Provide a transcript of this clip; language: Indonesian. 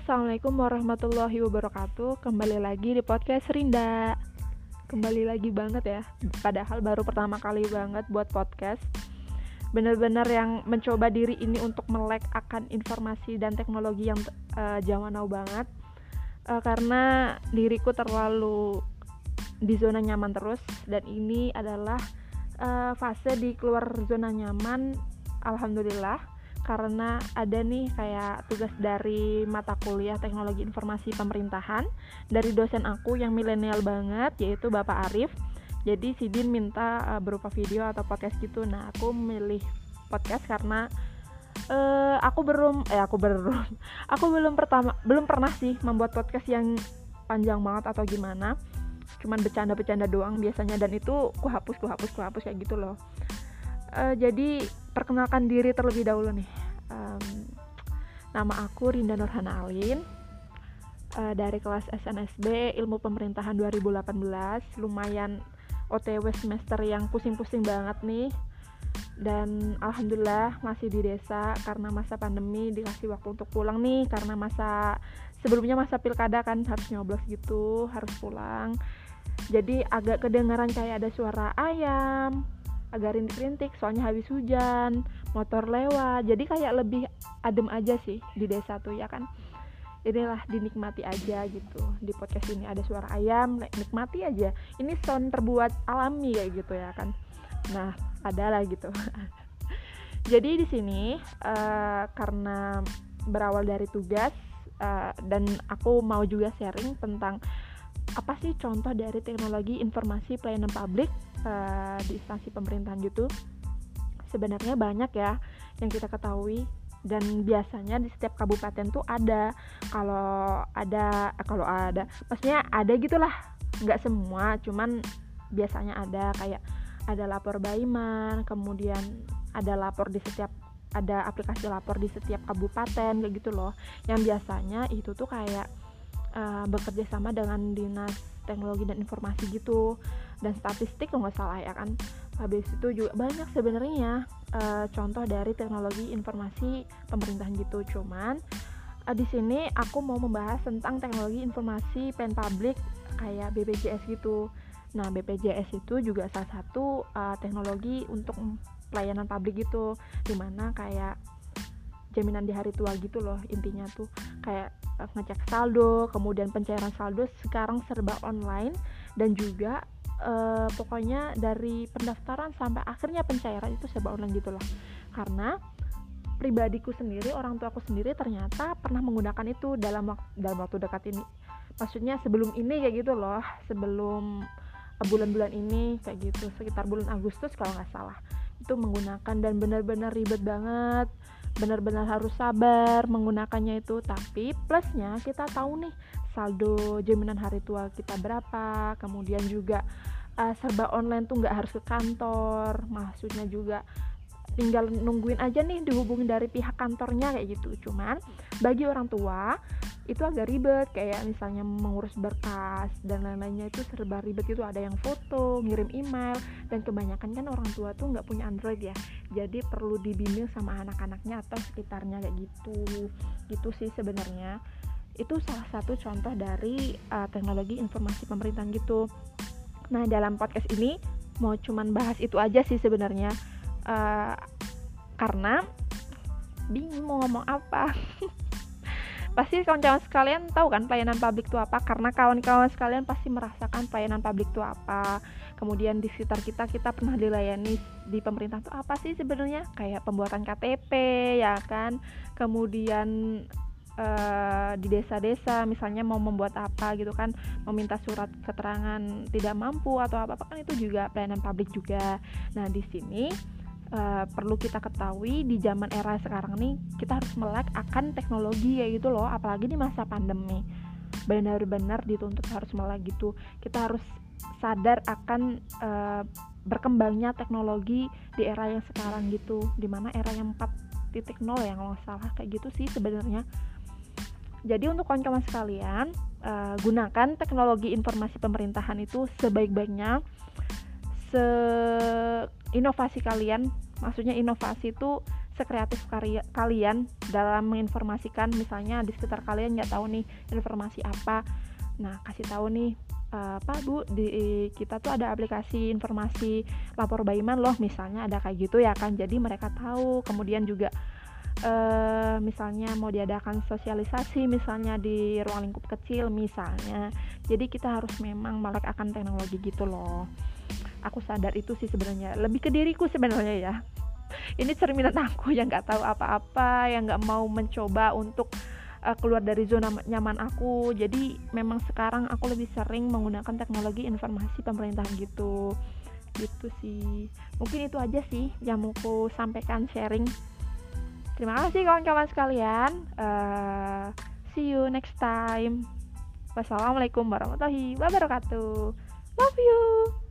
Assalamualaikum warahmatullahi wabarakatuh. Kembali lagi di podcast Rinda. Kembali lagi banget ya. Padahal baru pertama kali banget buat podcast. Bener-bener yang mencoba diri ini untuk melek akan informasi dan teknologi yang zaman now banget. Karena diriku terlalu di zona nyaman terus. Dan ini adalah fase di keluar zona nyaman. Alhamdulillah. Karena ada nih kayak tugas dari mata kuliah teknologi informasi pemerintahan dari dosen aku yang milenial banget, yaitu Bapak Arif. Jadi Sidin minta berupa video atau podcast gitu. Nah, aku memilih podcast karena aku belum pernah sih membuat podcast yang panjang banget atau gimana. Cuman bercanda-bercanda doang biasanya, dan itu ku hapus kayak gitu loh. Jadi perkenalkan diri terlebih dahulu nih. Nama aku Rinda Nurhana Alin, dari kelas SNSB Ilmu Pemerintahan 2018. Lumayan OTW semester yang pusing-pusing banget nih. Dan alhamdulillah masih di desa karena masa pandemi, dikasih waktu untuk pulang nih karena sebelumnya masa pilkada kan harus nyoblos gitu, harus pulang. Jadi agak kedengaran kayak ada suara ayam, agak rintik-rintik soalnya habis hujan, motor lewat, jadi kayak lebih adem aja sih di desa tuh ya kan. Inilah dinikmati aja gitu. Di podcast ini ada suara ayam, nikmati aja. Ini sound terbuat alami kayak gitu ya kan. Nah, adalah gitu. Jadi di sini karena berawal dari tugas dan aku mau juga sharing tentang apa sih contoh dari teknologi informasi pelayanan publik di instansi pemerintahan gitu. Sebenarnya banyak ya yang kita ketahui, dan biasanya di setiap kabupaten tuh ada. Kalau ada maksudnya ada gitulah, nggak semua, cuman biasanya ada. Kayak ada lapor Baiman, kemudian ada aplikasi lapor di setiap kabupaten kayak gitu loh, yang biasanya itu tuh kayak bekerja sama dengan dinas teknologi dan informasi gitu, dan statistik kalau nggak salah ya kan. Habis itu juga banyak sebenarnya contoh dari teknologi informasi pemerintahan gitu. Cuman di sini aku mau membahas tentang teknologi informasi pelayanan publik kayak BPJS gitu. Nah, BPJS itu juga salah satu teknologi untuk pelayanan publik gitu, dimana kayak jaminan di hari tua gitu loh. Intinya tuh kayak ngecek saldo, kemudian pencairan saldo sekarang serba online, dan juga pokoknya dari pendaftaran sampai akhirnya pencairan itu serba online gitu loh. Karena pribadiku sendiri, orang tuaku sendiri ternyata pernah menggunakan itu dalam waktu dekat ini. Maksudnya sebelum ini kayak gitu loh, sebelum bulan-bulan ini kayak gitu, sekitar bulan Agustus kalau nggak salah, itu menggunakan, dan benar-benar ribet banget, benar-benar harus sabar menggunakannya itu. Tapi plusnya kita tahu nih saldo jaminan hari tua kita berapa, kemudian juga serba online tuh nggak harus ke kantor, maksudnya juga tinggal nungguin aja nih dihubungin dari pihak kantornya kayak gitu. Cuman bagi orang tua itu agak ribet, kayak misalnya mengurus berkas dan lain-lainnya itu serba ribet gitu. Ada yang foto, ngirim email, dan kebanyakan kan orang tua tuh nggak punya Android ya, jadi perlu dibimbing sama anak-anaknya atau sekitarnya kayak gitu sih sebenarnya. Itu salah satu contoh dari teknologi informasi pemerintahan gitu. Nah, dalam podcast ini mau cuman bahas itu aja sih sebenarnya, karena bingung mau ngomong apa. Pasti kawan-kawan sekalian tahu kan pelayanan publik itu apa, karena kawan-kawan sekalian pasti merasakan pelayanan publik itu apa. Kemudian di sekitar kita pernah dilayani di pemerintah itu apa sih sebenarnya, kayak pembuatan KTP ya kan. Kemudian di desa-desa misalnya mau membuat apa gitu kan, meminta surat keterangan tidak mampu atau apa-apa kan, itu juga pelayanan publik juga. Nah, di sini perlu kita ketahui di zaman era sekarang nih, kita harus melek akan teknologi ya gitu loh, apalagi di masa pandemi. Benar-benar dituntut harus melek gitu. Kita harus sadar akan berkembangnya teknologi di era yang sekarang gitu, dimana era yang 4.0 ya kalau nggak salah kayak gitu sih sebenarnya. Jadi untuk kawan-kawan sekalian, gunakan teknologi informasi pemerintahan itu sebaik-baiknya, inovasi kalian, maksudnya inovasi itu sekreatif kalian dalam menginformasikan. Misalnya di sekitar kalian nggak tahu nih informasi apa, nah kasih tahu nih, Pak Bu, di kita tuh ada aplikasi informasi lapor Baiman loh, misalnya ada kayak gitu ya kan. Jadi mereka tahu. Kemudian juga misalnya mau diadakan sosialisasi misalnya di ruang lingkup kecil misalnya. Jadi kita harus memang melek akan teknologi gitu loh. Aku sadar itu sih sebenarnya, lebih ke diriku sebenarnya ya. Ini cerminan aku yang nggak tahu apa-apa, yang nggak mau mencoba untuk keluar dari zona nyaman aku. Jadi memang sekarang aku lebih sering menggunakan teknologi informasi pemerintahan gitu sih. Mungkin itu aja sih yang mau aku sampaikan, sharing. Terima kasih kawan-kawan sekalian. See you next time. Wassalamualaikum warahmatullahi wabarakatuh. Love you.